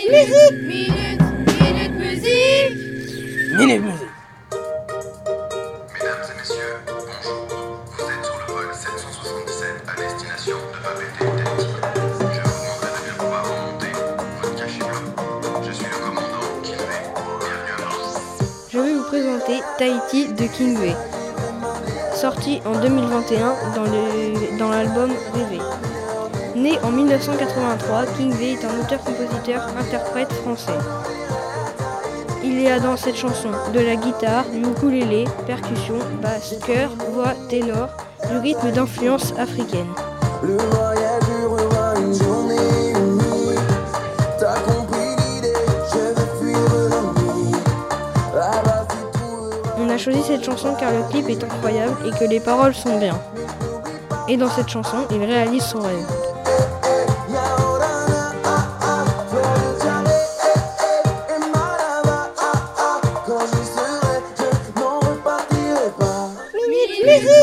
Minute musique. Minute musique. Mesdames et messieurs, bonjour. Vous êtes sur le vol 777 à destination de Babete Tahiti. Je vous demanderai de bien vouloir remonter votre cachet blanc. Je suis le commandant Kingway. Bienvenue à bord. Je vais vous présenter Tahiti de Kingway, sorti en 2021 dans l'album Rêver. Né en 1983, Kingway est un auteur-compositeur-interprète français. Il y a dans cette chanson de la guitare, du ukulélé, percussion, basse, chœur, voix, ténor, du rythme d'influence africaine. Le voyage durera une journée, une nuit. T'as compris l'idée, je veux fuir la nuit. Là-bas tu trouveras. On a choisi cette chanson car le clip est incroyable et que les paroles sont bien. Et dans cette chanson, il réalise son rêve. Quand j'y serai, je n'en repartirai pas. Minute musique.